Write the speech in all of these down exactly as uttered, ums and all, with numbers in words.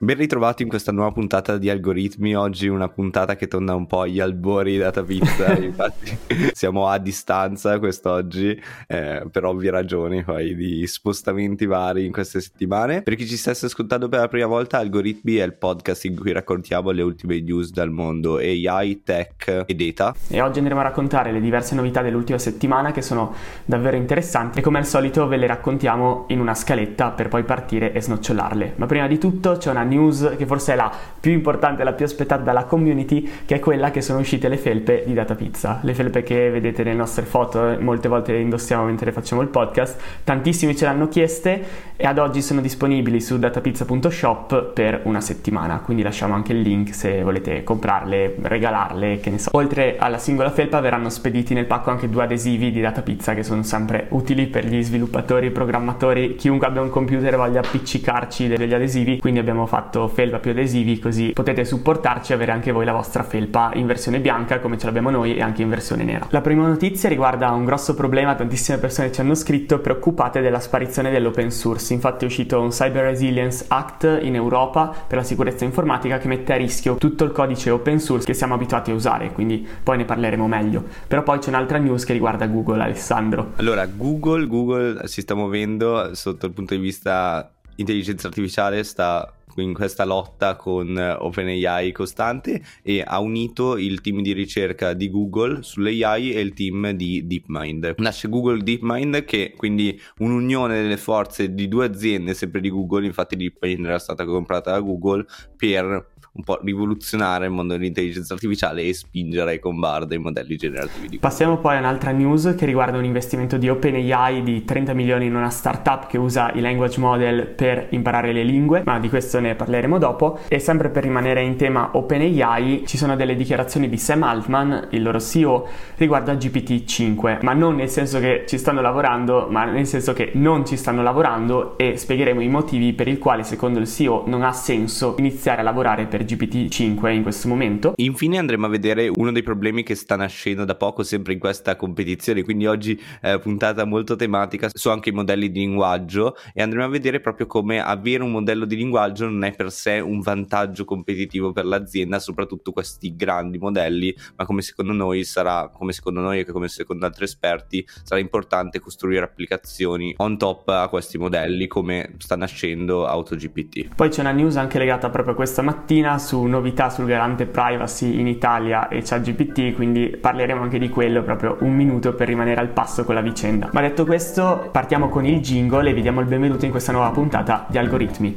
Ben ritrovati in questa nuova puntata di Algoritmi. Oggi una puntata che torna un po' agli albori di Datapizza. Infatti siamo a distanza quest'oggi eh, per ovvie ragioni poi di spostamenti vari in queste settimane. Per chi ci stesse ascoltando per la prima volta, Algoritmi è il podcast in cui raccontiamo le ultime news dal mondo A I, tech e data. E oggi andremo a raccontare le diverse novità dell'ultima settimana che sono davvero interessanti e come al solito ve le raccontiamo in una scaletta per poi partire e snocciolarle. Ma prima di tutto c'è una news che forse è la più importante, la più aspettata dalla community, che è quella che sono uscite le felpe di Datapizza. Le felpe che vedete nelle nostre foto, molte volte le indossiamo mentre facciamo il podcast. Tantissimi ce l'hanno chieste e ad oggi sono disponibili su datapizza punto shop per una settimana, quindi lasciamo anche il link se volete comprarle, regalarle, che ne so. Oltre alla singola felpa verranno spediti nel pacco anche due adesivi di Datapizza che sono sempre utili per gli sviluppatori, programmatori, chiunque abbia un computer e voglia appiccicarci degli adesivi, quindi abbiamo fatto felpa più adesivi, così potete supportarci e avere anche voi la vostra felpa in versione bianca come ce l'abbiamo noi e anche in versione nera. La prima notizia riguarda un grosso problema, tantissime persone ci hanno scritto preoccupate della sparizione dell'open source. Infatti è uscito un Cyber Resilience Act in Europa per la sicurezza informatica che mette a rischio tutto il codice open source che siamo abituati a usare, quindi poi ne parleremo meglio. Però poi c'è un'altra news che riguarda Google, Alessandro. Allora, Google, Google si sta muovendo sotto il punto di vista intelligenza artificiale, sta in questa lotta con OpenAI costante e ha unito il team di ricerca di Google sull'A I e il team di DeepMind. Nasce Google DeepMind, che quindi un'unione delle forze di due aziende sempre di Google. Infatti DeepMind era stata comprata da Google per un po' rivoluzionare il mondo dell'intelligenza artificiale e spingere con Bard i modelli generativi di Google. Passiamo poi a un'altra news che riguarda un investimento di OpenAI di trenta milioni in una startup che usa i language model per imparare le lingue, ma di questo ne parleremo dopo. E sempre per rimanere in tema OpenAI, ci sono delle dichiarazioni di Sam Altman, il loro C E O, riguardo a G P T cinque, ma non nel senso che ci stanno lavorando, ma nel senso che non ci stanno lavorando, e spiegheremo i motivi per il quale secondo il C E O non ha senso iniziare a lavorare per G P T cinque in questo momento. Infine andremo a vedere uno dei problemi che sta nascendo da poco sempre in questa competizione, quindi oggi eh, puntata molto tematica su anche i modelli di linguaggio, e andremo a vedere proprio come avere un modello di linguaggio non è per sé un vantaggio competitivo per l'azienda, soprattutto questi grandi modelli, ma come secondo noi sarà, come secondo noi e come secondo altri esperti, sarà importante costruire applicazioni on top a questi modelli come sta nascendo AutoGPT. Poi c'è una news anche legata proprio questa mattina su novità sul garante privacy in Italia e ChatGPT, quindi parleremo anche di quello, proprio un minuto per rimanere al passo con la vicenda. Ma detto questo, partiamo con il jingle e vi diamo il benvenuto in questa nuova puntata di Algoritmi.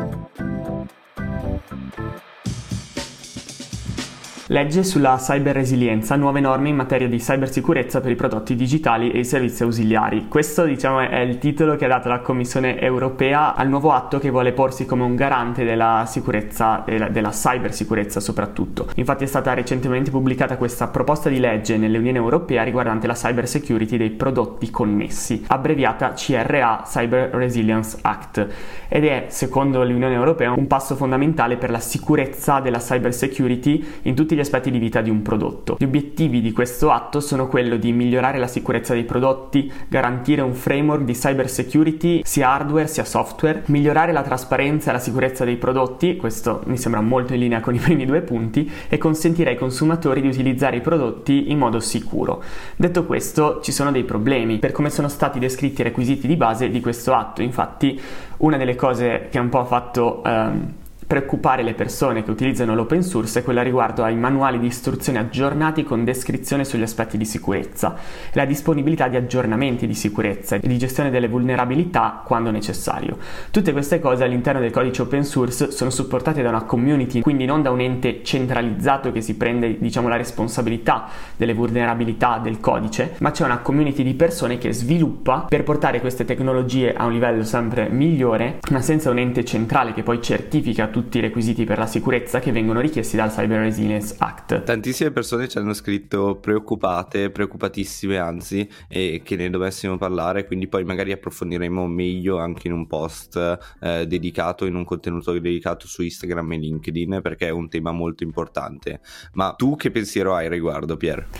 Legge sulla cyberresilienza, nuove norme in materia di cybersicurezza per i prodotti digitali e i servizi ausiliari. Questo, diciamo, è il titolo che ha dato la Commissione europea al nuovo atto che vuole porsi come un garante della sicurezza, della, della cybersicurezza soprattutto. Infatti è stata recentemente pubblicata questa proposta di legge nell'Unione Europea riguardante la cyber security dei prodotti connessi, abbreviata C R A, Cyber Resilience Act, ed è, secondo l'Unione Europea, un passo fondamentale per la sicurezza della cyber security in tutti gli aspetti di vita di un prodotto. Gli obiettivi di questo atto sono quello di migliorare la sicurezza dei prodotti, garantire un framework di cyber security sia hardware sia software, migliorare la trasparenza e la sicurezza dei prodotti, questo mi sembra molto in linea con i primi due punti, e consentire ai consumatori di utilizzare i prodotti in modo sicuro. Detto questo, ci sono dei problemi per come sono stati descritti i requisiti di base di questo atto. Infatti, una delle cose che un po' ha fatto ehm, preoccupare le persone che utilizzano l'open source è quella riguardo ai manuali di istruzione aggiornati con descrizione sugli aspetti di sicurezza, la disponibilità di aggiornamenti di sicurezza e di gestione delle vulnerabilità quando necessario. Tutte queste cose all'interno del codice open source sono supportate da una community, quindi non da un ente centralizzato che si prende, diciamo, la responsabilità delle vulnerabilità del codice, ma c'è una community di persone che sviluppa per portare queste tecnologie a un livello sempre migliore, ma senza un ente centrale che poi certifica tutti i requisiti per la sicurezza che vengono richiesti dal Cyber Resilience Act. Tantissime persone ci hanno scritto preoccupate, preoccupatissime anzi, e che ne dovessimo parlare, quindi poi magari approfondiremo meglio anche in un post eh, dedicato, in un contenuto dedicato su Instagram e LinkedIn, perché è un tema molto importante. Ma tu che pensiero hai riguardo, Pier?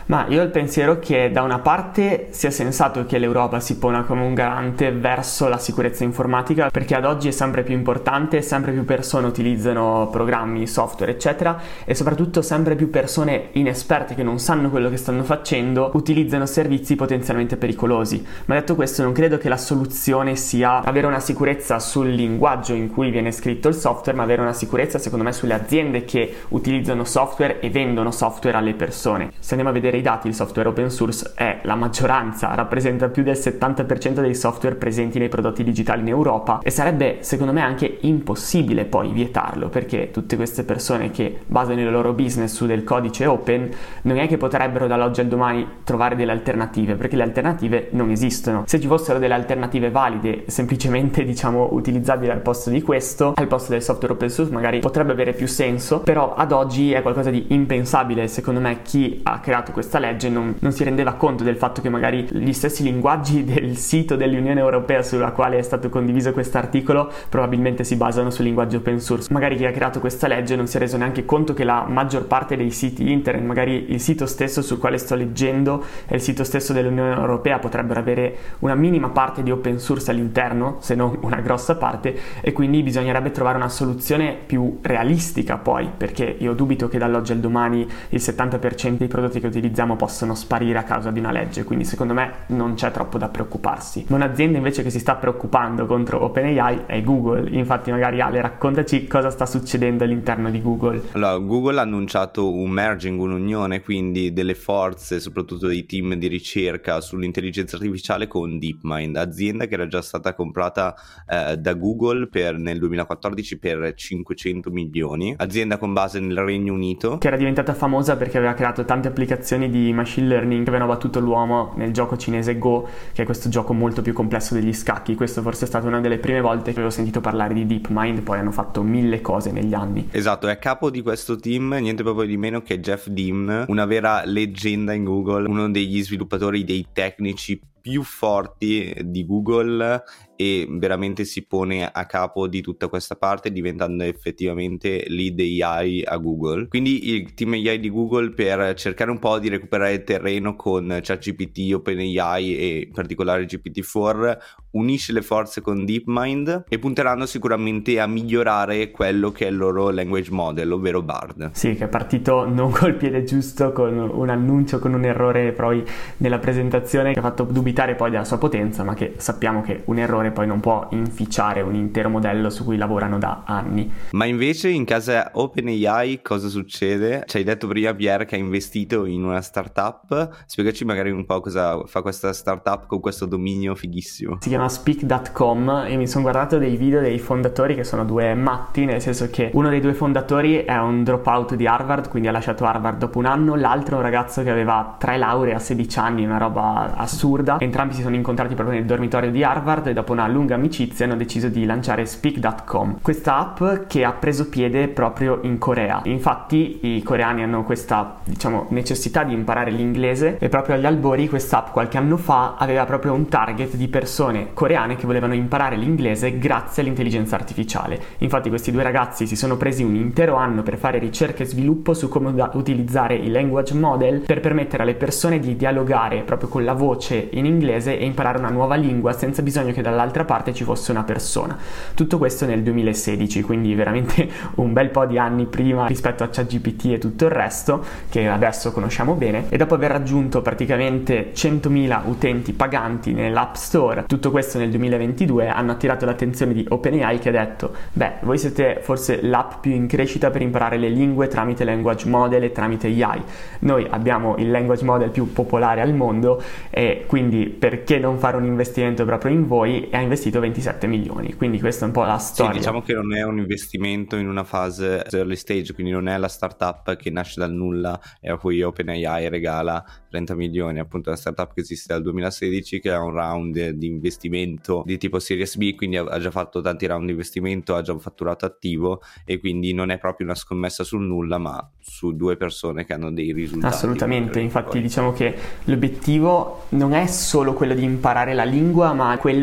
Ma io ho il pensiero che da una parte sia sensato che l'Europa si pona come un garante verso la sicurezza informatica, perché ad oggi è sempre più importante, sempre più persone utilizzano programmi, software eccetera, e soprattutto sempre più persone inesperte che non sanno quello che stanno facendo utilizzano servizi potenzialmente pericolosi. Ma detto questo, non credo che la soluzione sia avere una sicurezza sul linguaggio in cui viene scritto il software, ma avere una sicurezza secondo me sulle aziende che utilizzano software e vendono software alle persone. Se andiamo a vedere i dati, il software open source è la maggioranza, rappresenta più del settanta per cento dei software presenti nei prodotti digitali in Europa, e sarebbe secondo me anche impossibile poi vietarlo, perché tutte queste persone che basano il loro business su del codice open non è che potrebbero dall'oggi al domani trovare delle alternative, perché le alternative non esistono. Se ci fossero delle alternative valide, semplicemente diciamo utilizzabili al posto di questo, al posto del software open source, magari potrebbe avere più senso, però ad oggi è qualcosa di impensabile. Secondo me chi ha creato questa legge non, non si rendeva conto del fatto che magari gli stessi linguaggi del sito dell'Unione Europea sulla quale è stato condiviso quest'articolo probabilmente si basano sul linguaggio open source. Magari chi ha creato questa legge non si è reso neanche conto che la maggior parte dei siti internet, magari il sito stesso sul quale sto leggendo e il sito stesso dell'Unione Europea, potrebbero avere una minima parte di open source all'interno, se non una grossa parte, e quindi bisognerebbe trovare una soluzione più realistica poi, perché io dubito che dall'oggi al domani il settanta per cento dei prodotti che utilizziamo possono sparire a causa di una legge, quindi secondo me non c'è troppo da preoccuparsi. Un'azienda invece che si sta preoccupando contro OpenAI è Google. Infatti magari Ale, raccontaci cosa sta succedendo all'interno di Google. Allora, Google ha annunciato un merging, un'unione quindi delle forze, soprattutto dei team di ricerca sull'intelligenza artificiale, con DeepMind, azienda che era già stata comprata eh, da Google per, nel duemilaquattordici per cinquecento milioni, azienda con base nel Regno Unito, che era diventata famosa perché aveva creato tante applicazioni di machine learning che avevano battuto l'uomo nel gioco cinese Go, che è questo gioco molto più complesso degli scacchi. Questo forse è stata una delle prime volte che avevo sentito parlare di DeepMind, poi hanno fatto mille cose negli anni. Esatto, è a capo di questo team niente proprio di meno che Jeff Dean, una vera leggenda in Google, uno degli sviluppatori, dei tecnici più forti di Google, e veramente si pone a capo di tutta questa parte, diventando effettivamente lead A I a Google. Quindi il team A I di Google, per cercare un po' di recuperare il terreno con ChatGPT, OpenAI e in particolare G P T quattro, unisce le forze con DeepMind e punteranno sicuramente a migliorare quello che è il loro language model, ovvero Bard. Sì, che è partito non col piede giusto, con un annuncio, con un errore poi nella presentazione che ha fatto dubitare poi della sua potenza, ma che sappiamo che un errore poi non può inficiare un intero modello su cui lavorano da anni. Ma invece in casa OpenAI cosa succede? Ci hai detto prima, Pierre, che ha investito in una startup. Spiegaci magari un po' cosa fa questa startup con questo dominio fighissimo. Si chiama Speak punto com e mi sono guardato dei video dei fondatori, che sono due matti, nel senso che uno dei due fondatori è un dropout di Harvard, quindi ha lasciato Harvard dopo un anno, l'altro è un ragazzo che aveva tre lauree a sedici anni, una roba assurda. Entrambi si sono incontrati proprio nel dormitorio di Harvard e dopo una lunga amicizia hanno deciso di lanciare Speak punto com, questa app che ha preso piede proprio in Corea. Infatti i coreani hanno questa, diciamo, necessità di imparare l'inglese, e proprio agli albori questa app qualche anno fa aveva proprio un target di persone coreane che volevano imparare l'inglese grazie all'intelligenza artificiale. Infatti questi due ragazzi si sono presi un intero anno per fare ricerca e sviluppo su come da- utilizzare i language model per permettere alle persone di dialogare proprio con la voce in inglese e imparare una nuova lingua senza bisogno che dall'altra parte ci fosse una persona. Tutto questo nel duemilasedici, quindi veramente un bel po' di anni prima rispetto a ChatGPT e tutto il resto che adesso conosciamo bene. E dopo aver raggiunto praticamente centomila utenti paganti nell'App Store, tutto questo nel duemilaventidue, hanno attirato l'attenzione di OpenAI, che ha detto: beh, voi siete forse l'app più in crescita per imparare le lingue tramite language model e tramite A I. Noi abbiamo il language model più popolare al mondo, e quindi perché non fare un investimento proprio in voi? E ha investito ventisette milioni. Quindi questa è un po' la storia. Sì, diciamo che non è un investimento in una fase early stage, quindi non è la startup che nasce dal nulla e a cui OpenAI regala trenta milioni. Appunto, è una startup che esiste dal duemilasedici, che ha un round di investimento di tipo Series B, quindi ha già fatto tanti round di investimento, ha già un fatturato attivo, e quindi non è proprio una scommessa sul nulla, ma su due persone che hanno dei risultati. Assolutamente, infatti diciamo che l'obiettivo non è solo quello di imparare la lingua, ma quello di rivoluzionare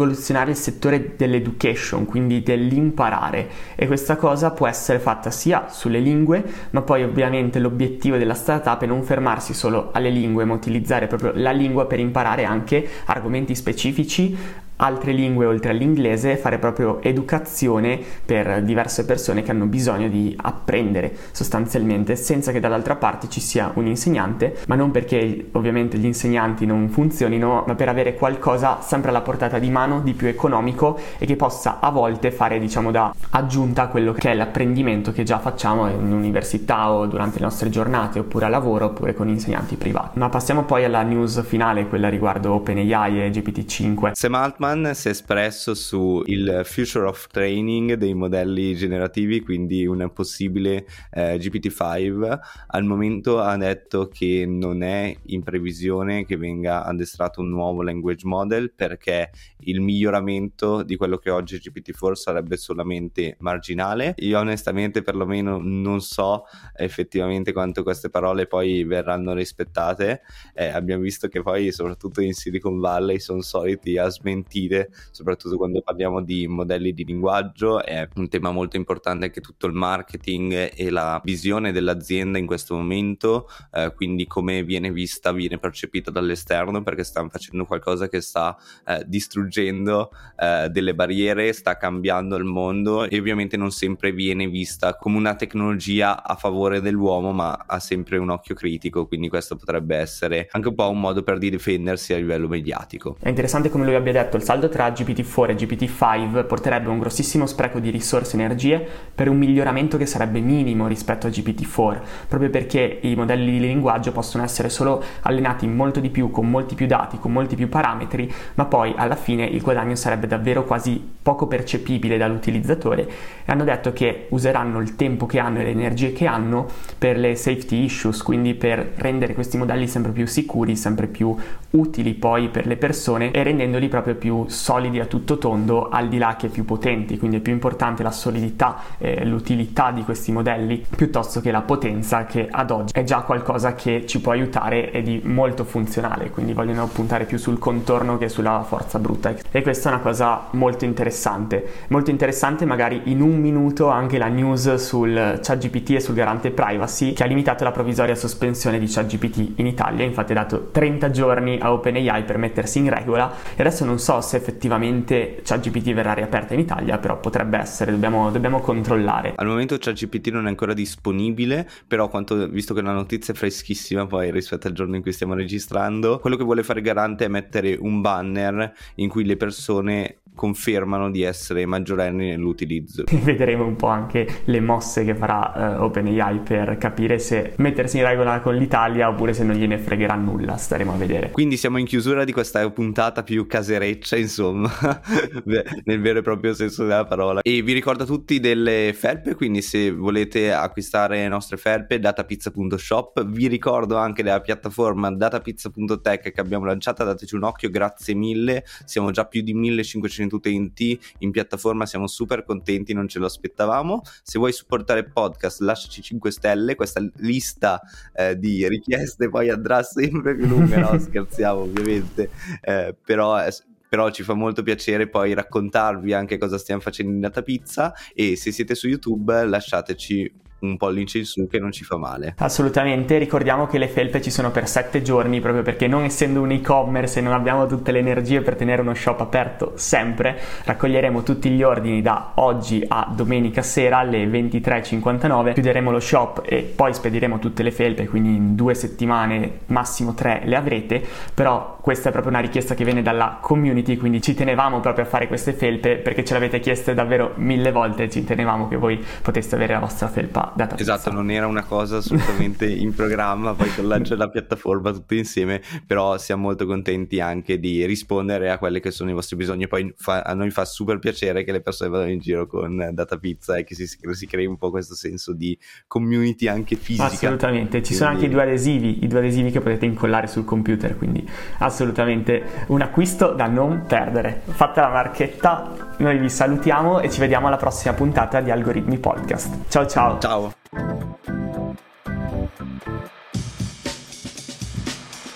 rivoluzionare il settore dell'education, quindi dell'imparare, e questa cosa può essere fatta sia sulle lingue, ma poi ovviamente l'obiettivo della startup è non fermarsi solo alle lingue, ma utilizzare proprio la lingua per imparare anche argomenti specifici, altre lingue oltre all'inglese, fare proprio educazione per diverse persone che hanno bisogno di apprendere sostanzialmente, senza che dall'altra parte ci sia un insegnante, ma non perché ovviamente gli insegnanti non funzionino, ma per avere qualcosa sempre alla portata di mano, di più economico e che possa a volte fare, diciamo, da aggiunta a quello che è l'apprendimento che già facciamo in università o durante le nostre giornate, oppure a lavoro, oppure con insegnanti privati. Ma passiamo poi alla news finale, quella riguardo OpenAI e G P T cinque. Sam Altman si è espresso su il future of training dei modelli generativi, quindi un possibile eh, G P T cinque. Al momento ha detto che non è in previsione che venga addestrato un nuovo language model, perché il miglioramento di quello che oggi è G P T quattro sarebbe solamente marginale. Io onestamente perlomeno non so effettivamente quanto queste parole poi verranno rispettate. Eh, abbiamo visto che poi soprattutto in Silicon Valley sono soliti a smentire, soprattutto quando parliamo di modelli di linguaggio. È un tema molto importante anche tutto il marketing e la visione dell'azienda in questo momento, eh, quindi come viene vista, viene percepita dall'esterno, perché stanno facendo qualcosa che sta eh, distruggendo eh, delle barriere, sta cambiando il mondo, e ovviamente non sempre viene vista come una tecnologia a favore dell'uomo, ma ha sempre un occhio critico, quindi questo potrebbe essere anche un po' un modo per difendersi a livello mediatico. È interessante come lui abbia detto: il saldo tra G P T quattro e G P T cinque porterebbe un grossissimo spreco di risorse e energie per un miglioramento che sarebbe minimo rispetto a G P T quattro, proprio perché i modelli di linguaggio possono essere solo allenati molto di più, con molti più dati, con molti più parametri, ma poi alla fine il guadagno sarebbe davvero quasi poco percepibile dall'utilizzatore, e hanno detto che useranno il tempo che hanno e le energie che hanno per le safety issues, quindi per rendere questi modelli sempre più sicuri, sempre più utili poi per le persone, e rendendoli proprio più solidi a tutto tondo, al di là che più potenti. Quindi è più importante la solidità e l'utilità di questi modelli piuttosto che la potenza, che ad oggi è già qualcosa che ci può aiutare e di molto funzionale, quindi vogliono puntare più sul contorno che sulla forza bruta, e questa è una cosa molto interessante. Molto interessante magari in un minuto anche la news sul ChatGPT e sul garante privacy, che ha limitato la provvisoria sospensione di ChatGPT in Italia. Infatti ha dato trenta giorni a OpenAI per mettersi in regola, e adesso non so se effettivamente ChatGPT verrà riaperta in Italia, però potrebbe essere, dobbiamo, dobbiamo controllare. Al momento ChatGPT non è ancora disponibile, però quanto, visto che la notizia è freschissima poi rispetto al giorno in cui stiamo registrando, quello che vuole fare il garante è mettere un banner in cui le persone confermano di essere maggiorenni nell'utilizzo. Vedremo un po' anche le mosse che farà uh, OpenAI per capire se mettersi in regola con l'Italia oppure se non gliene fregherà nulla. Staremo a vedere. Quindi siamo in chiusura di questa puntata più casereccia, insomma, nel vero e proprio senso della parola. E vi ricordo a tutti delle felpe, quindi se volete acquistare le nostre felpe, datapizza punto shop. Vi ricordo anche della piattaforma datapizza punto tech che abbiamo lanciata, dateci un occhio, grazie mille. Siamo già più di millecinquecento utenti in piattaforma, siamo super contenti, non ce lo aspettavamo. Se vuoi supportare il podcast, lasciaci cinque stelle. Questa lista eh, di richieste poi andrà sempre più lunga, no scherziamo ovviamente, eh, però eh, però ci fa molto piacere poi raccontarvi anche cosa stiamo facendo in Datapizza, e se siete su YouTube lasciateci un pollice in su che non ci fa male. Assolutamente, ricordiamo che le felpe ci sono per sette giorni, proprio perché non essendo un e-commerce e non abbiamo tutte le energie per tenere uno shop aperto sempre, raccoglieremo tutti gli ordini da oggi a domenica sera alle ventitré e cinquantanove, chiuderemo lo shop e poi spediremo tutte le felpe, quindi in due settimane, massimo tre, le avrete. Però questa è proprio una richiesta che viene dalla community, quindi ci tenevamo proprio a fare queste felpe perché ce l'avete chieste davvero mille volte, ci tenevamo che voi poteste avere la vostra felpa Datapizza. Esatto, non era una cosa assolutamente in programma poi con lancio della piattaforma tutti insieme, però siamo molto contenti anche di rispondere a quelli che sono i vostri bisogni. Poi fa, a noi fa super piacere che le persone vadano in giro con Datapizza e che si, si crei un po' questo senso di community anche fisica. Assolutamente, ci quindi... sono anche i due adesivi, i due adesivi che potete incollare sul computer, quindi assolutamente un acquisto da non perdere. Fatta la marchetta, noi vi salutiamo e ci vediamo alla prossima puntata di Algoritmi Podcast. Ciao ciao! Ciao!